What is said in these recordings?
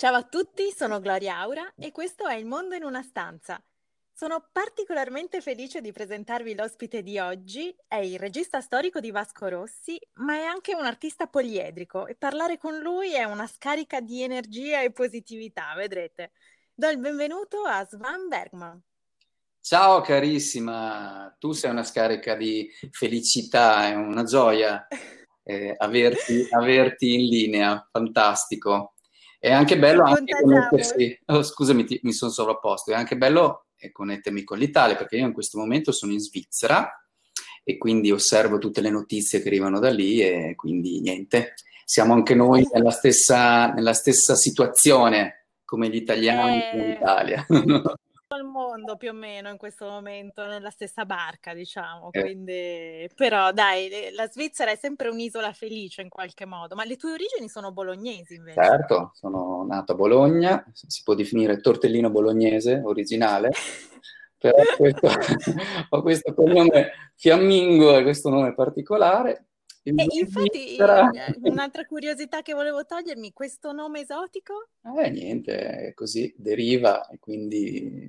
Ciao a tutti, sono Gloria Aura e questo è Il mondo in una stanza. Sono particolarmente felice di presentarvi l'ospite di oggi. È il regista storico di Vasco Rossi, ma è anche un artista poliedrico e parlare con lui è una scarica di energia e positività, vedrete. Do il benvenuto a Svan Bergman. Ciao carissima, tu sei una scarica di felicità, è una gioia averti in linea, fantastico. È anche Ci bello anche contagiamo. connettersi, oh, scusami, mi sono sovrapposto, è anche bello connettermi con l'Italia perché io in questo momento sono in Svizzera e quindi osservo tutte le notizie che arrivano da lì e quindi niente, siamo anche noi nella stessa situazione come gli italiani in È Italia. il mondo più o meno in questo momento nella stessa barca, diciamo, Eh, quindi però dai, la Svizzera è sempre un'isola felice in qualche modo, ma le tue origini sono bolognesi invece. Certo, sono nato a Bologna, si può definire tortellino bolognese originale, però ho questo cognome fiammingo e questo nome particolare. E In infatti, Svizzera, un'altra curiosità che volevo togliermi, questo nome esotico? niente, è così, deriva e quindi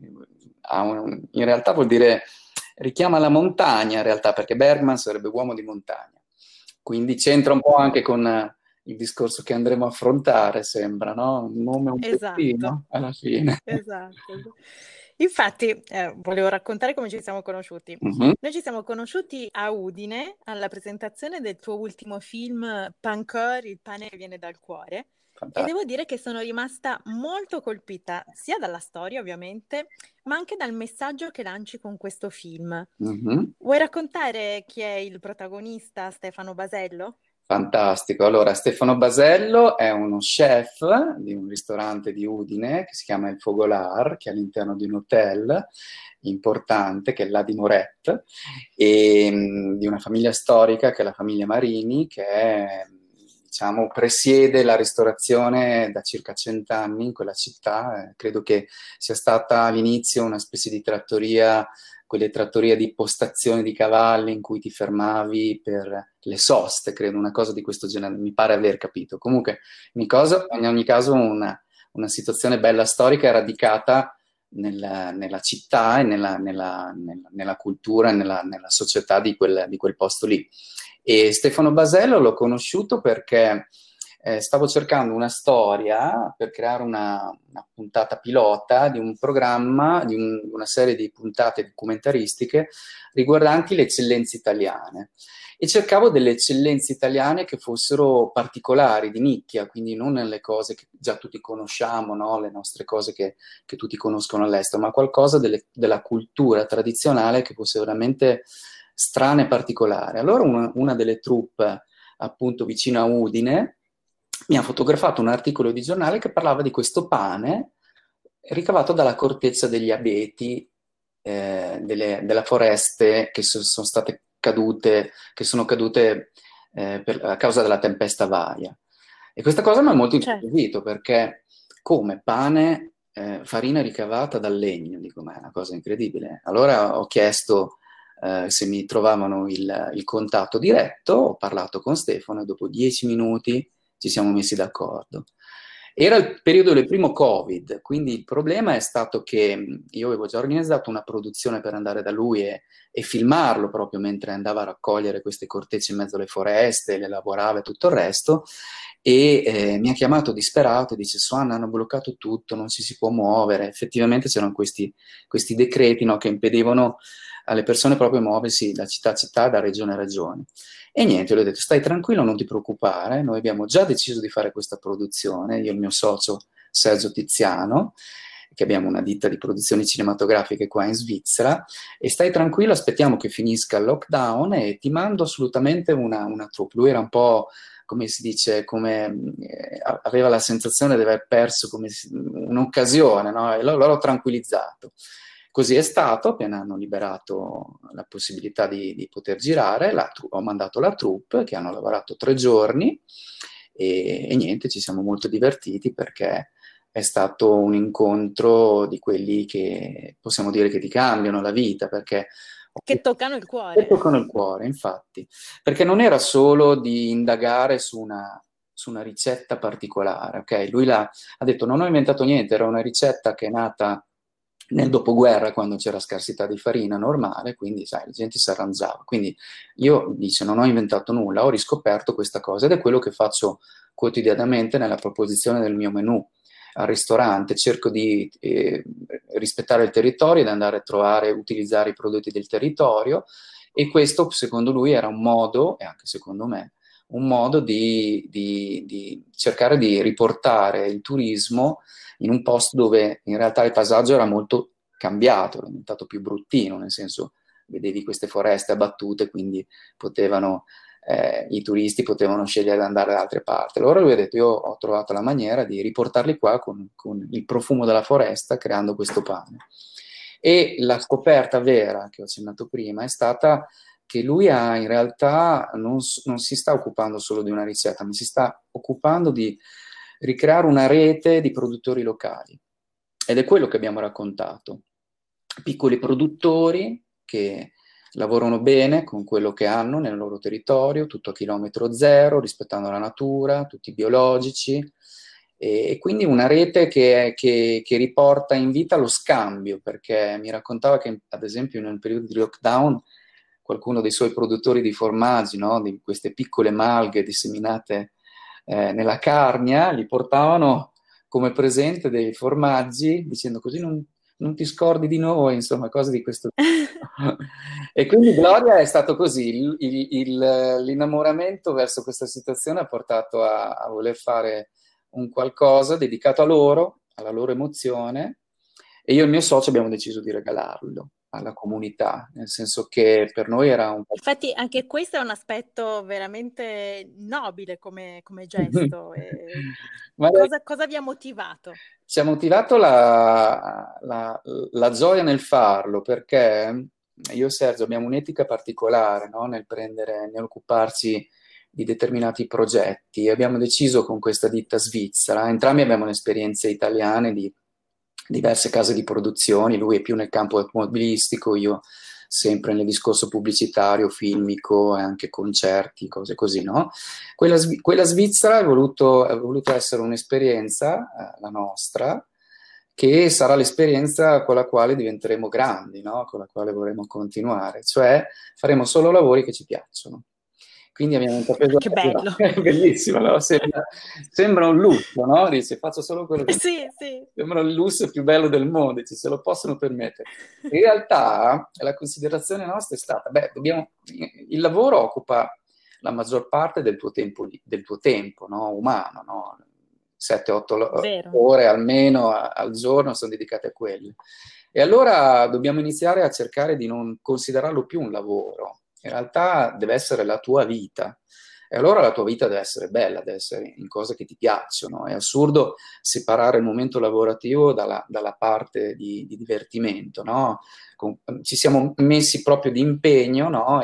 in realtà vuol dire, richiama la montagna in realtà, perché Bergman sarebbe uomo di montagna. Quindi c'entra un po' anche con il discorso che andremo a affrontare, sembra, no? Un nome un Esatto, pettino alla fine. esatto. Infatti, volevo raccontare come ci siamo conosciuti. Mhm. Noi ci siamo conosciuti a Udine alla presentazione del tuo ultimo film Pancor, il pane che viene dal cuore. E devo Fantastico. dire che sono rimasta molto colpita sia dalla storia, ovviamente, ma anche dal messaggio che lanci con questo film. Mhm. Vuoi raccontare chi è il protagonista, Stefano Basello? Fantastico. Allora, Stefano Basello è uno chef di un ristorante di Udine che si chiama Il Fogolar, che è all'interno di un hotel importante, che è l'A di Moret, e di una famiglia storica che è la famiglia Marini, che diciamo, presiede la ristorazione da circa 100 anni in quella città. Credo che sia stata all'inizio una specie di trattoria, quelle trattorie di postazione di cavalli in cui ti fermavi per le soste, credo, una cosa di questo genere, mi pare aver capito. Comunque, in ogni caso una situazione bella storica è radicata nella città e nella cultura e nella società di quel posto lì. E Stefano Basello l'ho conosciuto perché stavo cercando una storia per creare una puntata pilota di un programma, una serie di puntate documentaristiche riguardanti le eccellenze italiane. E cercavo delle eccellenze italiane che fossero particolari, di nicchia, quindi non le cose che già tutti conosciamo, no? Le nostre cose che tutti conoscono all'estero, ma qualcosa della cultura tradizionale che fosse veramente strana e particolare. Allora una delle troupe appunto vicino a Udine mi ha fotografato un articolo di giornale che parlava di questo pane ricavato dalla corteccia degli abeti della foreste che sono state cadute, che sono cadute a causa della tempesta Vaia. E questa cosa mi ha molto Certo. incuriosito perché come pane, farina ricavata dal legno, dico, ma è una cosa incredibile. Allora ho chiesto se mi trovavano il contatto diretto, ho parlato con Stefano e dopo 10 minuti ci siamo messi d'accordo. Era il periodo del primo Covid, quindi il problema è stato che io avevo già organizzato una produzione per andare da lui e filmarlo proprio mentre andava a raccogliere queste cortecce in mezzo alle foreste, le lavorava e tutto il resto, e mi ha chiamato disperato e dice: Suanna, hanno bloccato tutto, non ci si può muovere. Effettivamente c'erano questi decreti, no, che impedivano alle persone proprio muoversi da città a città, da regione a regione. E niente, gli ho detto, stai tranquillo, non ti preoccupare, noi abbiamo già deciso di fare questa produzione, io e il mio socio Sergio Tiziano, che abbiamo una ditta di produzioni cinematografiche qua in Svizzera, e stai tranquillo, aspettiamo che finisca il lockdown e ti mando assolutamente una troupe. Lui era un po', come si dice, aveva la sensazione di aver perso un'occasione, no? E l'ho tranquillizzato. Così è stato, appena hanno liberato la possibilità di poter girare, ho mandato la troupe che hanno lavorato 3 giorni e niente, ci siamo molto divertiti perché è stato un incontro di quelli che possiamo dire che ti cambiano la vita, perché Che toccano il e cuore. toccano il cuore, infatti, perché non era solo di indagare su una ricetta particolare, ok? Lui ha detto, non ho inventato niente, era una ricetta che è nata nel dopoguerra, quando c'era scarsità di farina normale, quindi sai, la gente si arrangiava. Quindi io, dice, non ho inventato nulla, ho riscoperto questa cosa ed è quello che faccio quotidianamente nella proposizione del mio menù al ristorante. Cerco di rispettare il territorio, di andare a trovare, utilizzare i prodotti del territorio, e questo secondo lui era un modo, e anche secondo me, un modo di cercare di riportare il turismo in un posto dove in realtà il paesaggio era molto cambiato, era diventato più bruttino, nel senso vedevi queste foreste abbattute, quindi potevano, i turisti potevano scegliere di andare da altre parti. Allora lui ha detto, io ho trovato la maniera di riportarli qua con il profumo della foresta, creando questo pane. E la scoperta vera che ho accennato prima è stata che lui ha in realtà non si sta occupando solo di una ricetta, ma si sta occupando di ricreare una rete di produttori locali. Ed è quello che abbiamo raccontato. Piccoli produttori che lavorano bene con quello che hanno nel loro territorio, tutto a chilometro zero, rispettando la natura, tutti biologici, e quindi una rete che riporta in vita lo scambio, perché mi raccontava che, ad esempio, nel periodo di lockdown, qualcuno dei suoi produttori di formaggi, no, di queste piccole malghe disseminate nella Carnia, gli portavano come presente dei formaggi, dicendo così non ti scordi di noi, insomma, cose di questo tipo. E quindi Gloria è stato così, l'innamoramento verso questa situazione ha portato a voler fare un qualcosa dedicato a loro, alla loro emozione, e io e il mio socio abbiamo deciso di regalarlo alla comunità, nel senso che per noi era un po'... Infatti anche questo è un aspetto veramente nobile come gesto. Ma Cosa vi ha motivato? ci ha motivato la gioia nel farlo, perché io e Sergio abbiamo un'etica particolare, no? Nel prendere, nell'occuparci di determinati progetti. Abbiamo deciso con questa ditta svizzera, entrambi abbiamo esperienze italiane di diverse case di produzioni, lui è più nel campo automobilistico, io sempre nel discorso pubblicitario, filmico e anche concerti, cose così, no? Quella svizzera è voluto essere un'esperienza, la nostra, che sarà l'esperienza con la quale diventeremo grandi, no? Con la quale vorremmo continuare, cioè faremo solo lavori che ci piacciono. Quindi abbiamo intrapreso Che una bello! strada, è bellissimo, no? Sembra un lusso, no? Dice, faccio solo quello che mi Sì, piace. sì. Sembra il lusso più bello del mondo, dice, se lo possono permettere. In realtà la considerazione nostra è stata, beh, il lavoro occupa la maggior parte del tuo tempo, no? Umano, no? 7-8 Vero. ore almeno al giorno sono dedicate a quello. E allora dobbiamo iniziare a cercare di non considerarlo più un lavoro. In realtà deve essere la tua vita. E allora la tua vita deve essere bella, deve essere in cose che ti piacciono. È assurdo separare il momento lavorativo dalla parte di divertimento, no? Ci siamo messi proprio di impegno, no?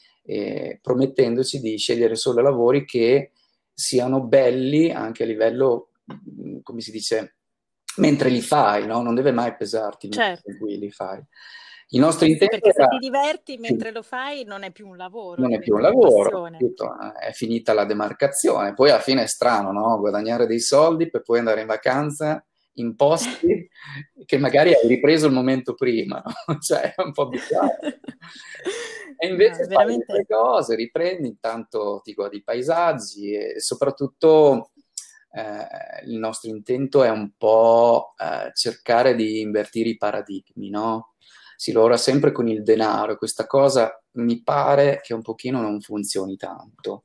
E promettendoci di scegliere solo lavori che siano belli anche a livello, come si dice, mentre li fai, no? Non deve mai pesarti il momento in Certo. cui li fai. Il nostro Sì, intento perché se era... ti diverti Sì, mentre lo fai non è più un lavoro, non è più un diventa una lavoro, passione. tutto, è finita la demarcazione. Poi alla fine è strano, no? Guadagnare dei soldi per poi andare in vacanza in posti che magari hai ripreso il momento prima, no? Cioè è un po' bizzarro. E No, invece fai le tue veramente. cose, riprendi, intanto ti godi i paesaggi e soprattutto il nostro intento è un po' cercare di invertire i paradigmi, no? Si lavora sempre con il denaro e questa cosa mi pare che un pochino non funzioni tanto.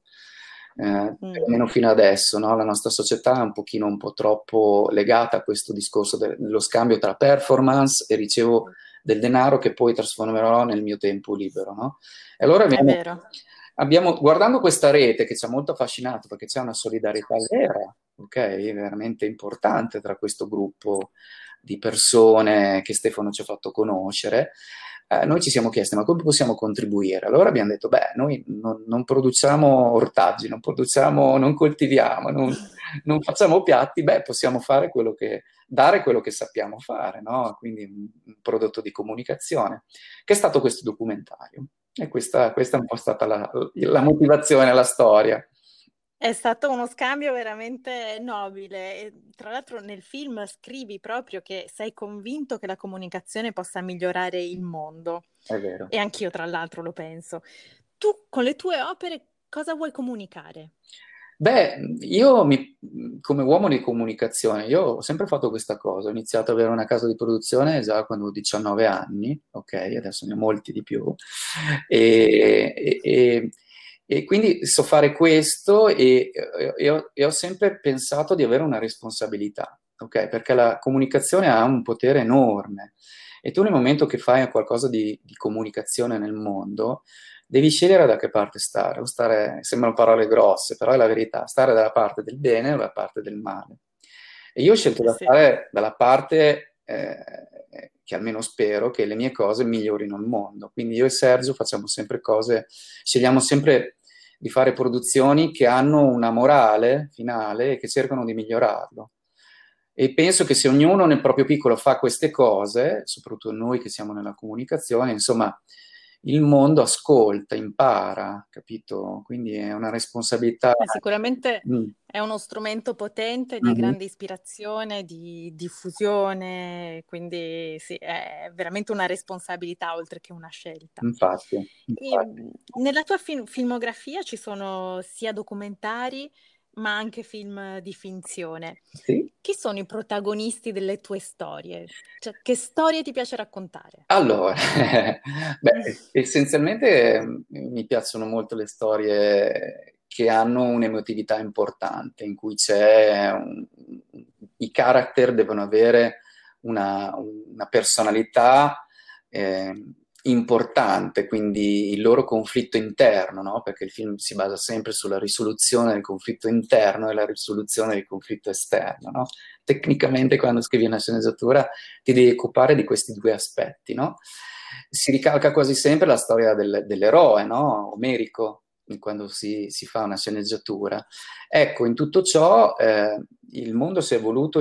Mm. Almeno fino adesso, no? La nostra società è un po' troppo legata a questo discorso dello scambio tra performance e ricevo del denaro che poi trasformerò nel mio tempo libero, no? E allora È vero. guardando questa rete che ci ha molto affascinato perché c'è una solidarietà vera, ok, veramente importante tra questo gruppo di persone che Stefano ci ha fatto conoscere, noi ci siamo chiesti ma come possiamo contribuire? Allora abbiamo detto, beh, noi non produciamo ortaggi, non coltiviamo, non facciamo piatti, beh, possiamo fare dare quello che sappiamo fare, no? Quindi un prodotto di comunicazione, che è stato questo documentario. E questa è un po' stata la motivazione, la storia. È stato uno scambio veramente nobile. E, tra l'altro nel film scrivi proprio che sei convinto che la comunicazione possa migliorare il mondo. È vero. E anch'io, tra l'altro, lo penso. Tu con le tue opere cosa vuoi comunicare? Beh, come uomo di comunicazione, io ho sempre fatto questa cosa. Ho iniziato ad avere una casa di produzione già quando avevo 19 anni, ok, adesso ne ho molti di più. E, e- e- e quindi so fare questo e ho sempre pensato di avere una responsabilità, ok? Perché la comunicazione ha un potere enorme. E tu nel momento che fai qualcosa di comunicazione nel mondo, devi scegliere da che parte stare, o stare, sembrano parole grosse, però è la verità, stare dalla parte del bene o dalla parte del male. E io ho scelto Eh di sì. stare dalla parte che almeno spero che le mie cose migliorino il mondo. Quindi io e Sergio facciamo sempre cose, scegliamo sempre di fare produzioni che hanno una morale finale e che cercano di migliorarlo. E penso che se ognuno nel proprio piccolo fa queste cose, soprattutto noi che siamo nella comunicazione, insomma, il mondo ascolta, impara, capito? Quindi è una responsabilità. Sicuramente Mm, è uno strumento potente di mhm, grande ispirazione, di diffusione, quindi sì, è veramente una responsabilità oltre che una scelta. infatti, E, infatti. nella tua filmografia ci sono sia documentari, ma anche film di finzione. Sì. Chi sono i protagonisti delle tue storie? Cioè, che storie ti piace raccontare? Allora, beh, essenzialmente mi piacciono molto le storie che hanno un'emotività importante, in cui i character devono avere una personalità eh, importante, quindi il loro conflitto interno, no? Perché il film si basa sempre sulla risoluzione del conflitto interno e la risoluzione del conflitto esterno, no? Tecnicamente, quando scrivi una sceneggiatura ti devi occupare di questi due aspetti, no? Si ricalca quasi sempre la storia dell'eroe, no? Omerico, quando si fa una sceneggiatura. Ecco, in tutto ciò il mondo si è evoluto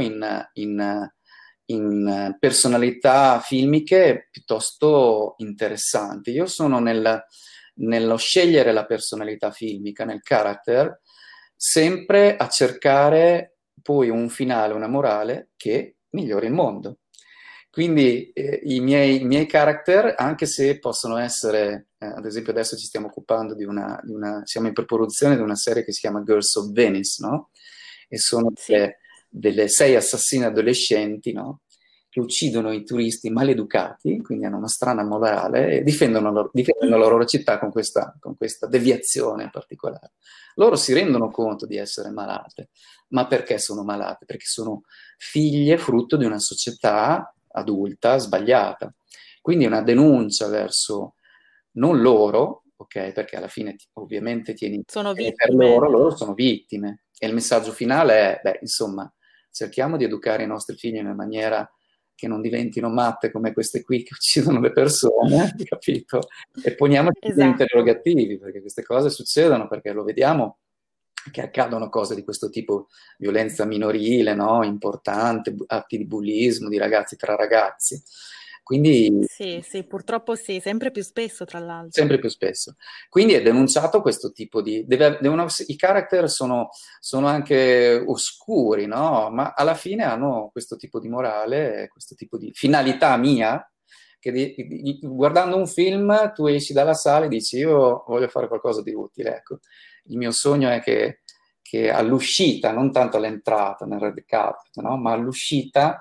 in personalità filmiche piuttosto interessanti. Io sono nello scegliere la personalità filmica, nel character, sempre a cercare poi un finale, una morale che migliori il mondo. Quindi i miei character, anche se possono essere, ad esempio adesso ci stiamo occupando siamo in preproduzione di una serie che si chiama Girls of Venice, no? E sono Sì. delle 6 assassine adolescenti, no? Che uccidono i turisti maleducati, quindi hanno una strana morale, e difendono la loro città con questa deviazione particolare. Loro si rendono conto di essere malate, ma perché sono malate? Perché sono figlie frutto di una società adulta sbagliata. Quindi una denuncia verso non loro, ok? Perché alla fine ovviamente tieni Sono per vittime. loro sono vittime. E il messaggio finale è, beh, insomma, cerchiamo di educare i nostri figli in una maniera che non diventino matte come queste qui che uccidono le persone, capito? E poniamoci degli Esatto. interrogativi, perché queste cose succedono, perché lo vediamo che accadono cose di questo tipo, violenza minorile, no? Importante, atti di bullismo di ragazzi tra ragazzi. Quindi Sì, sì, purtroppo sì, sempre più spesso, tra l'altro. sempre più spesso. Quindi è denunciato questo tipo di... i character sono anche oscuri, no? Ma alla fine hanno questo tipo di morale, questo tipo di finalità mia, che guardando un film tu esci dalla sala e dici io voglio fare qualcosa di utile, ecco. Il mio sogno è che all'uscita, non tanto all'entrata nel red carpet, no? Ma all'uscita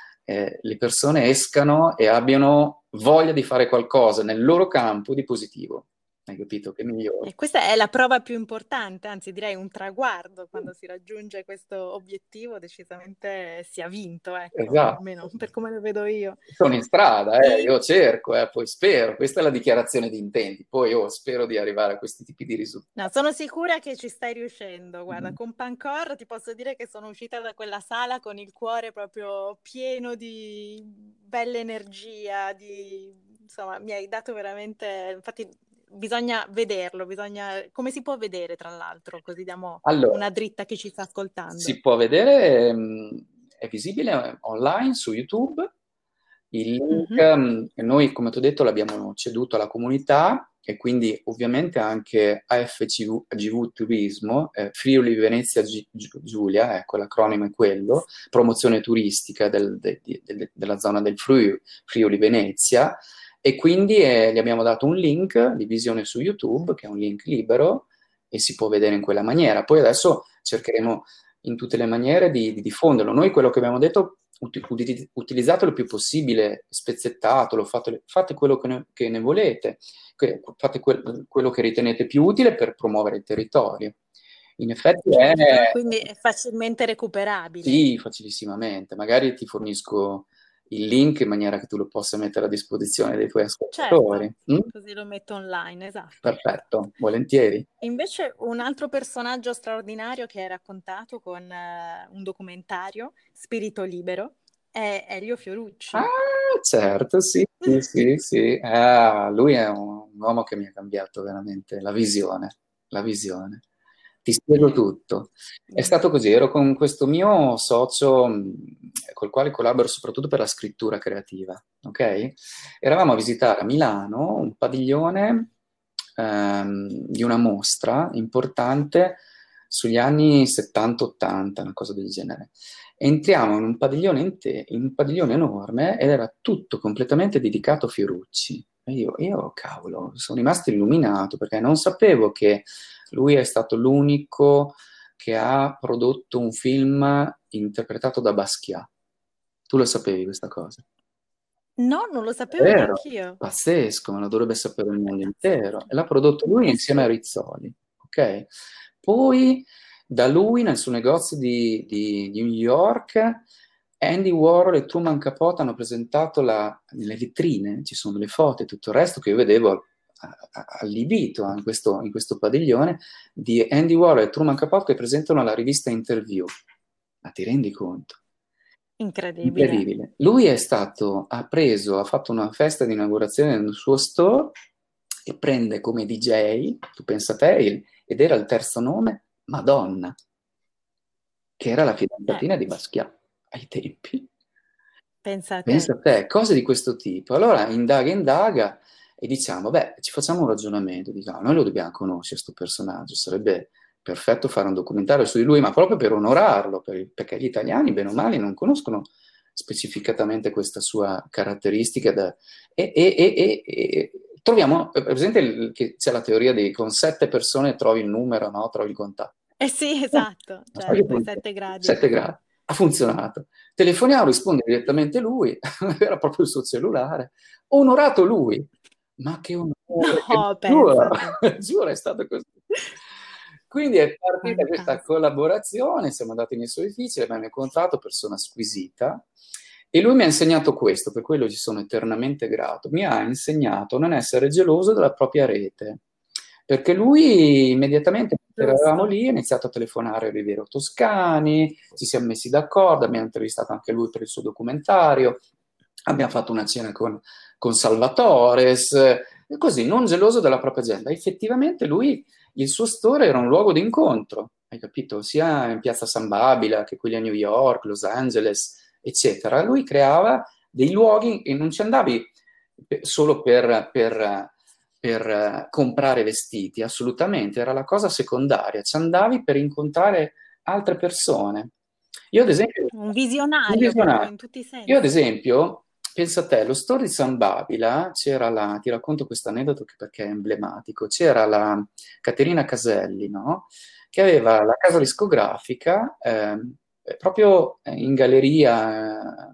le persone escano e abbiano voglia di fare qualcosa nel loro campo di positivo. Hai capito? Che migliore. E questa è la prova più importante, anzi direi un traguardo quando si raggiunge questo obiettivo, decisamente si ha vinto, ecco, Esatto. almeno per come lo vedo io. Sono in strada, E io cerco, poi spero. Questa è la dichiarazione di intenti. Poi io spero di arrivare a questi tipi di no, risultati. sono sicura che ci stai riuscendo. Guarda, Mm. con Pancor ti posso dire che sono uscita da quella sala con il cuore proprio pieno di bella energia, insomma, mi hai dato veramente... Infatti bisogna vederlo, come si può vedere tra l'altro, così diamo Allora, una dritta a chi ci sta ascoltando. si può vedere, è visibile online su YouTube Il link, Mhm. noi come ti ho detto l'abbiamo ceduto alla comunità e quindi ovviamente anche AFGV Turismo, Friuli Venezia Giulia, ecco l'acronimo è quello, promozione turistica della zona del Friuli Venezia, e quindi gli abbiamo dato un link di visione su YouTube, che è un link libero, e si può vedere in quella maniera. Poi adesso cercheremo in tutte le maniere di diffonderlo. Noi quello che abbiamo detto, utilizzatelo il più possibile, spezzettatelo, fate quello che ne volete, fate quello che ritenete più utile per promuovere il territorio. In effetti è Certo, quindi è facilmente recuperabile. sì, facilissimamente. Magari ti fornisco il link in maniera che tu lo possa mettere a disposizione dei tuoi Certo, ascoltatori. Mm? così lo metto online, esatto. Perfetto, volentieri. Invece un altro personaggio straordinario che hai raccontato con un documentario, Spirito Libero, è Elio Ah, Fiorucci. certo, sì, sì, sì, sì. Ah, lui è un uomo che mi ha cambiato veramente la visione, la visione. Ti spiego Eh, tutto. È mm, stato così, ero con questo mio socio, col quale collaboro soprattutto per la scrittura creativa, ok? Eravamo a visitare a Milano un padiglione di una mostra importante sugli anni 70-80, una cosa del genere. Entriamo in un padiglione, in un padiglione enorme ed era tutto completamente dedicato a Fiorucci. E io, cavolo, sono rimasto illuminato perché non sapevo che lui è stato l'unico che ha prodotto un film interpretato da Basquiat. Tu lo sapevi questa cosa? no, non lo sapevo Vero, neanch'io. pazzesco, ma lo dovrebbe sapere il È mondo intero. pazzesco. E l'ha prodotto lui Eh insieme a sì, Rizzoli, ok? Poi da lui nel suo negozio di New York, Andy Warhol e Truman Capote hanno presentato nelle vetrine, ci sono le foto e tutto il resto che io vedevo allibito in questo padiglione di Andy Warhol e Truman Capote che presentano la rivista Interview. Ma ti rendi conto? incredibile. Incredibile. Lui ha fatto una festa di inaugurazione nel suo store e prende come DJ, tu pensa a te, ed era il terzo nome, Madonna, che era la Eh, fidanzatina di Basquiat ai tempi. pensa a Pensa te. a te, cose di questo tipo. Allora indaga e diciamo, beh, ci facciamo un ragionamento, diciamo, noi lo dobbiamo conoscere, questo personaggio, sarebbe perfetto fare un documentario su di lui, ma proprio per onorarlo, perché gli italiani, bene o male, non conoscono specificatamente questa sua caratteristica. E troviamo, è presente che c'è la teoria di con 7 persone trovi il numero, no? Trovi il contatto. Eh sì, Eh, esatto, ma sai che certo, i funziona? 7 gradi. 7 gradi. Ha funzionato. Telefoniamo, risponde direttamente lui, era proprio il suo cellulare. Onorato lui. Ma che onore, che No, giuro, pensa a te. giuro, è stato così. Quindi è partita questa Fantastico. collaborazione, siamo andati nei suoi uffici, l'abbiamo incontrato, persona squisita, e lui mi ha insegnato questo, per quello ci sono eternamente grato. Mi ha insegnato a non essere geloso della propria rete, perché lui immediatamente, mentre eravamo Giusto. lì, ha iniziato a telefonare a Riviero Toscani, ci siamo messi d'accordo, abbiamo intervistato anche lui per il suo documentario, abbiamo fatto una cena con Salvatores, e così, non geloso della propria agenda. Effettivamente lui, il suo store era un luogo di incontro, hai capito? Sia in piazza San Babila che quelli a New York, Los Angeles, eccetera. Lui creava dei luoghi e non ci andavi solo per comprare vestiti, assolutamente, era la cosa secondaria, ci andavi per incontrare altre persone. Io ad esempio, Un un visionario proprio visionario. in tutti i Io ad sensi. esempio, pensa a te, lo store di San Babila, ti racconto questo aneddoto perché è emblematico, c'era la Caterina Caselli, no? Che aveva la casa Sì. discografica proprio in galleria,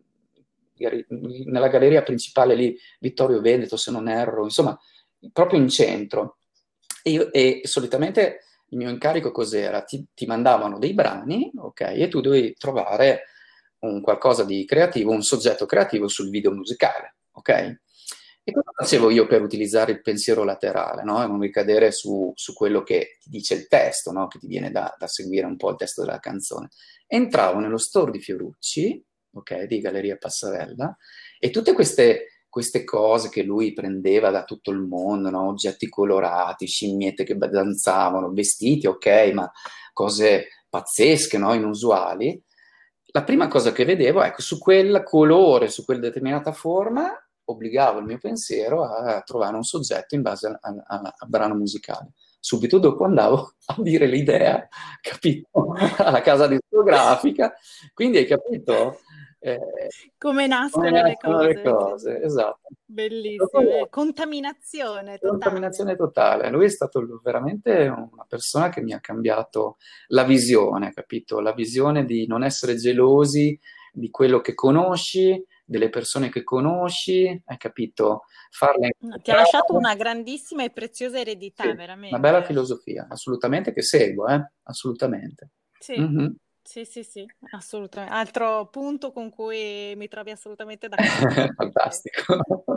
nella galleria principale lì, Vittorio Veneto, se non erro, insomma, proprio in centro. E solitamente il mio incarico cos'era? Ti mandavano dei brani, ok, e tu dovevi trovare un qualcosa di creativo, un soggetto creativo sul video musicale, ok? E cosa facevo io per utilizzare il pensiero laterale, no? E non ricadere su quello che ti dice il testo, no? Che ti viene da seguire un po' il testo della canzone. Entravo nello store di Fiorucci, ok, di Galleria Passarella, e tutte queste cose che lui prendeva da tutto il mondo, no? Oggetti colorati, scimmiette che danzavano, vestiti, ok, ma cose pazzesche, no? Inusuali, la prima cosa che vedevo, ecco, su quel colore, su quella determinata forma, obbligavo il mio pensiero a trovare un soggetto in base al brano musicale. Subito dopo andavo a dire l'idea, capito? Alla casa discografica. Quindi hai capito? Eh, Come come nascono le nascono le cose, sì, cose, sì. esatto. Bellissimo, contaminazione totale. Contaminazione totale. Lui è stato veramente una persona che mi ha cambiato la visione, capito? La visione di non essere gelosi di quello che conosci, delle persone che conosci, hai capito? Farle No, ti ha lasciato incontrare. una grandissima e preziosa eredità, Sì, una bella veramente. filosofia, assolutamente che seguo, assolutamente. Sì, Mhm. sì, sì, sì, assolutamente. Altro punto con cui mi trovi assolutamente d'accordo. Quindi. Fantastico.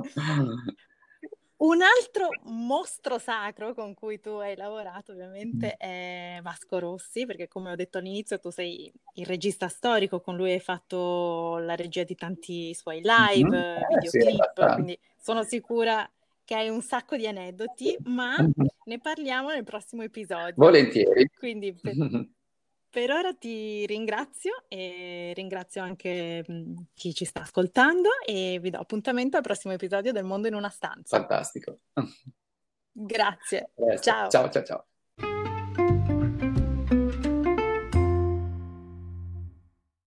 Un altro mostro sacro con cui tu hai lavorato, ovviamente, è Vasco Rossi, perché come ho detto all'inizio, tu sei il regista storico, con lui hai fatto la regia di tanti suoi Mhm. live, Sì, videoclip, abbastanza. quindi sono sicura che hai un sacco di aneddoti, ma Mhm. ne parliamo nel prossimo episodio. Volentieri. Quindi per ora ti ringrazio e ringrazio anche chi ci sta ascoltando e vi do appuntamento al prossimo episodio del Mondo in una stanza. Fantastico. Grazie, A presto. ciao. Ciao, ciao, ciao.